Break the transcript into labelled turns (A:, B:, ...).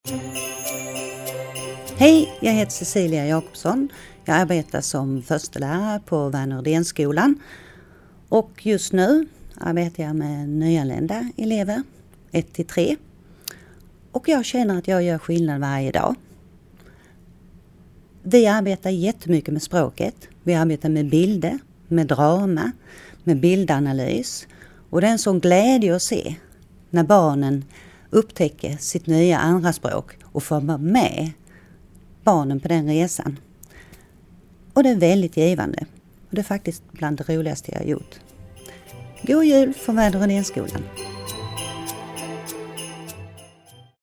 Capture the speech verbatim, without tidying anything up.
A: Hej, jag heter Cecilia Jakobsson. Jag arbetar som förstelärare på Värnerdensskolan. Och just nu arbetar jag med nyanlända elever, ett till tre. Och jag känner att jag gör skillnad varje dag. Vi arbetar jättemycket med språket. Vi arbetar med bilder, med drama, med bildanalys. Och det är en sån glädje att se när barnen upptäcker sitt nya andra språk och får vara med barnen på den resan. Och det är väldigt givande. Och det är faktiskt bland det roligaste jag har gjort. God jul från Värnerdensskolan.